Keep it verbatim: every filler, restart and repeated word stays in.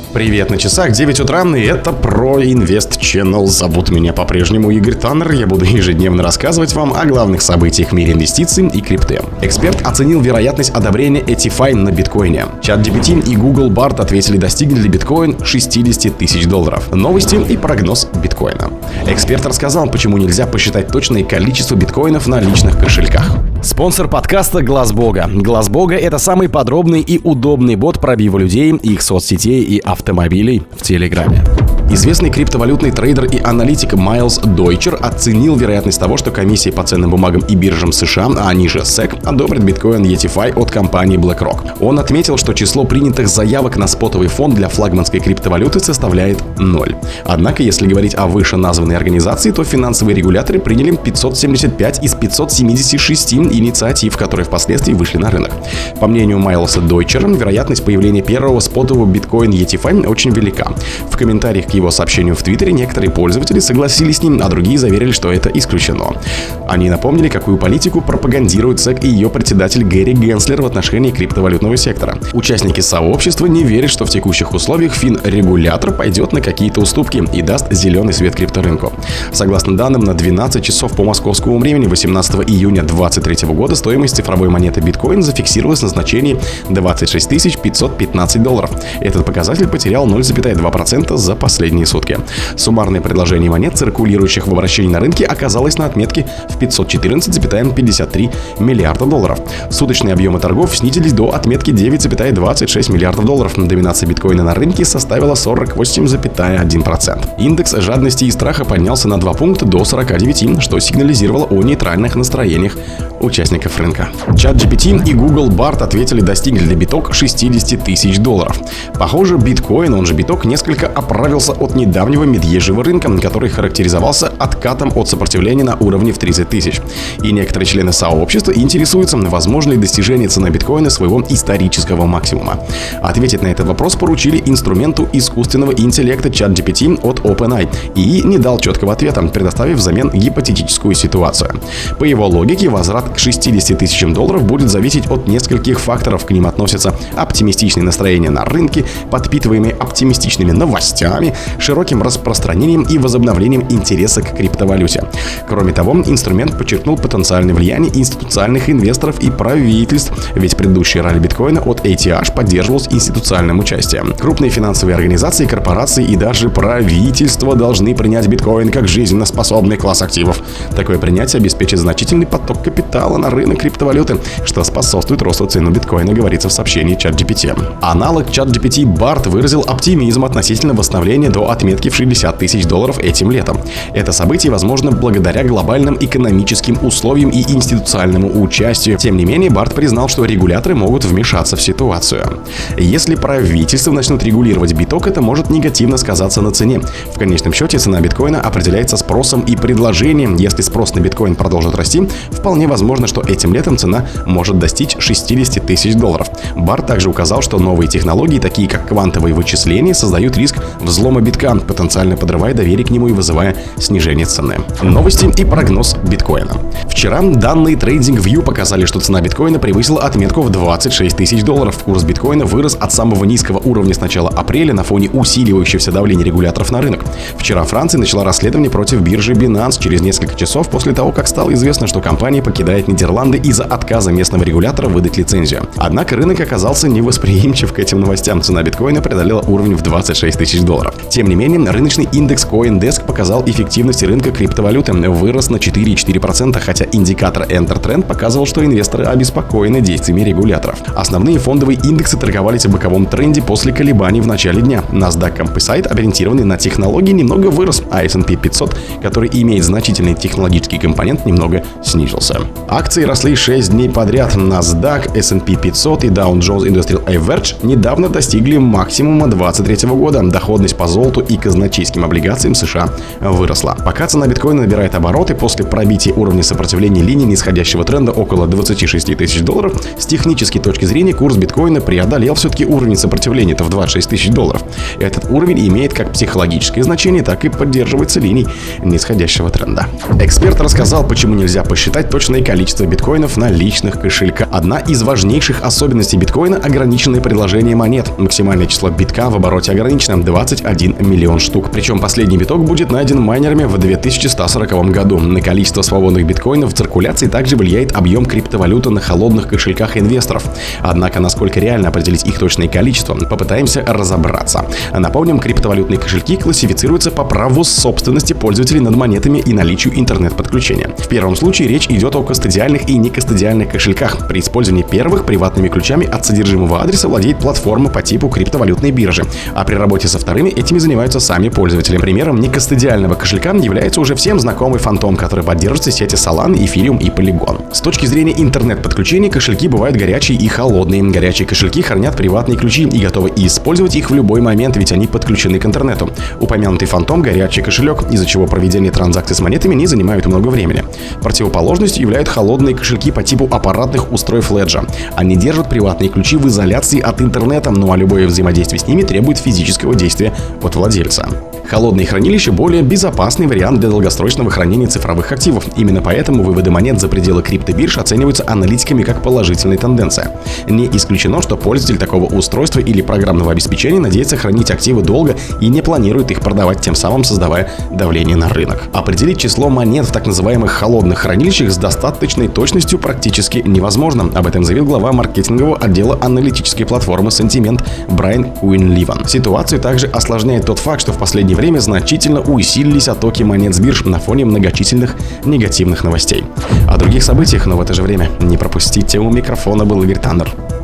Привет, на часах девять утра, и это Pro Invest Channel. Зовут меня по-прежнему Игорь Таннер. Я буду ежедневно рассказывать вам о главных событиях в мире инвестиций и крипты. Эксперт оценил вероятность одобрения и ти эф ай на биткоине. ChatGPT и Google Bard ответили, достигли ли биткоин шестьдесят тысяч долларов. Новости и прогноз биткоина. Эксперт рассказал, почему нельзя посчитать точное количество биткоинов на личных кошельках. Спонсор подкаста Глаз Бога. Глаз Бога — это самый подробный и удобный бот пробива людей, их соцсетей и автомобилей в Телеграме. Известный криптовалютный трейдер и аналитик Майлз Дойчер оценил вероятность того, что комиссии по ценным бумагам и биржам США, а они же сек, одобрят биткоин и ти эф ай от компании BlackRock. Он отметил, что число принятых заявок на спотовый фонд для флагманской криптовалюты составляет ноль. Однако, если говорить о вышеназванной организации, то финансовые регуляторы приняли пятьсот семьдесят пять из пятисот семидесяти шести инициатив, которые впоследствии вышли на рынок. По мнению Майлза Дойчера, вероятность появления первого спотового биткоина и ти эф ай очень велика. В комментариях к его сообщению в Твиттере некоторые пользователи согласились с ним, а другие заверили, что это исключено. Они напомнили, какую политику пропагандирует сек и ее председатель Гэри Генслер в отношении криптовалютного сектора. Участники сообщества не верят, что в текущих условиях финрегулятор пойдет на какие-то уступки и даст зеленый свет крипторынку. Согласно данным, на двенадцать часов по московскому времени восемнадцатого июня две тысячи двадцать третьего года стоимость цифровой монеты биткоин зафиксировалась на значении двадцать шесть тысяч пятьсот пятнадцать долларов. Этот показатель потерял ноль целых два процента за последние сутки. Суммарное предложение монет, циркулирующих в обращении на рынке, оказалось на отметке в пятьсот четырнадцать целых пятьдесят три миллиарда долларов. Суточные объемы торгов снизились до отметки девять целых двадцать шесть миллиардов долларов. Доминация биткоина на рынке составила сорок восемь целых один процент. Индекс жадности и страха поднялся на два пункта до сорока девяти, что сигнализировало о нейтральных настроениях участников рынка. ChatGPT и Google Bard ответили, достигли ли биток шестьдесят тысяч долларов. Похоже, биткоин, он же биток, несколько оправился от недавнего медвежьего рынка, который характеризовался откатом от сопротивления на уровне в тридцать тысяч. И некоторые члены сообщества интересуются, возможно ли достижение цены биткоина своего исторического максимума. Ответить на этот вопрос поручили инструменту искусственного интеллекта ChatGPT от OpenAI и не дал четкого ответа, предоставив взамен гипотетическую ситуацию. По его логике, возврат к шестидесяти тысячам долларов будет зависеть от нескольких факторов. К ним относятся оптимистичные настроения на рынке, подпитываемые оптимистичными новостями, широким распространением и возобновлением интереса к криптовалюте. Кроме того, инструмент подчеркнул потенциальное влияние институциональных инвесторов и правительств, ведь предыдущая ралли биткоина от эй ти эйч поддерживалась институциональным участием. Крупные финансовые организации, корпорации и даже правительства должны принять биткоин как жизненно-способный класс активов. Такое принятие обеспечит значительный поток капитала на рынок криптовалюты, что способствует росту цены биткоина, говорится в сообщении ChatGPT. Аналог ChatGPT Bard выразил оптимизм относительно восстановления до отметки в шестьдесят тысяч долларов этим летом. Это событие возможно благодаря глобальным экономическим условиям и институциональному участию. Тем не менее, Bard признал, что регуляторы могут вмешаться в ситуацию. Если правительства начнут регулировать биток, это может негативно сказаться на цене. В конечном счете, цена биткоина определяется спросом и предложением. Если спрос на биткоин продолжит расти, вполне возможно, что этим летом цена может достичь шестидесяти тысяч долларов. Bard также указал, что новые технологии, такие как квантовые вычисления, создают риск взлома битка, потенциально подрывая доверие к нему и вызывая снижение цены. Новости и прогноз биткоина. Вчера данные TradingView показали, что цена биткоина превысила отметку в двадцать шесть тысяч долларов. Курс биткоина вырос от самого низкого уровня с начала апреля на фоне усиливающегося давления регуляторов на рынок. Вчера Франция начала расследование против биржи Binance через несколько часов после того, как стало известно, что компания покидает Нидерланды из-за отказа местного регулятора выдать лицензию. Однако рынок оказался невосприимчив к этим новостям. Цена биткоина преодолела уровень в двадцать шесть тысяч долларов. Тем не менее, рыночный индекс CoinDesk показал эффективность рынка криптовалюты. Вырос на четыре целых четыре десятых процента, хотя индикатор Enter Trend показывал, что инвесторы обеспокоены действиями регуляторов. Основные фондовые индексы торговались в боковом тренде после колебаний в начале дня. NASDAQ Composite, ориентированный на технологии, немного вырос, а эс энд пи пятьсот, который имеет значительный технологический компонент, немного снизился. Акции росли шесть дней подряд. NASDAQ, эс энд пи пятьсот и Dow Jones Industrial Average недавно достигли максимума двадцать третьего года. Доходность по золоту и казначейским облигациям США выросла. Пока цена биткоина набирает обороты после пробития уровня сопротивления линии нисходящего тренда около двадцати шести тысяч долларов, с технической точки зрения курс биткоина преодолел все-таки уровень сопротивления-то в двадцать шесть тысяч долларов. Этот уровень имеет как психологическое значение, так и поддерживается линией нисходящего тренда. Эксперт рассказал, почему нельзя посчитать точное количество биткоинов на личных кошельках. Одна из важнейших особенностей биткоина – ограниченное предложение монет. Максимальное число битка в обороте ограничено – двадцать один миллион штук. Причем последний биток будет найден майнерами в две тысячи сто сороковом году. На количество свободных биткоинов в циркуляции также влияет объем криптовалюты на холодных кошельках инвесторов. Однако, насколько реально определить их точное количество, попытаемся разобраться. Напомним, криптовалютные кошельки классифицируются по праву собственности пользователей над монетами и наличию интернет-подключения. В первом случае речь идет о кастодиальных и некастодиальных кошельках. При использовании первых приватными ключами от содержимого адреса владеет платформа по типу криптовалютной биржи, а при работе со вторыми этими занимаются сами пользователи. Примером некастодиального кошелька является уже всем знакомый Phantom, который поддерживается в сети Solana, Ethereum и Polygon. С точки зрения интернет-подключения кошельки бывают горячие и холодные. Горячие кошельки хранят приватные ключи и готовы использовать их в любой момент, ведь они подключены к интернету. Упомянутый Phantom – горячий кошелек, из-за чего проведение транзакций с монетами не занимает много времени. Противоположностью являются холодные кошельки по типу аппаратных устройств Ledger. Они держат приватные ключи в изоляции от интернета, ну а любое взаимодействие с ними требует физического действия от владельца. Холодные хранилища – более безопасный вариант для долгосрочного хранения цифровых активов. Именно поэтому выводы монет за пределы криптобирж оцениваются аналитиками как положительная тенденция. Не исключено, что пользователь такого устройства или программного обеспечения надеется хранить активы долго и не планирует их продавать, тем самым создавая давление на рынок. Определить число монет в так называемых холодных хранилищах с достаточной точностью практически невозможно. Об этом заявил глава маркетингового отдела аналитической платформы Sentiment Брайан Куинливан. Ситуацию также осложняет тот факт, что в последнее время значительно усилились оттоки монет с бирж на фоне многочисленных негативных новостей. О других событиях, но в это же время не пропустите. У микрофона был Игорь Таннер.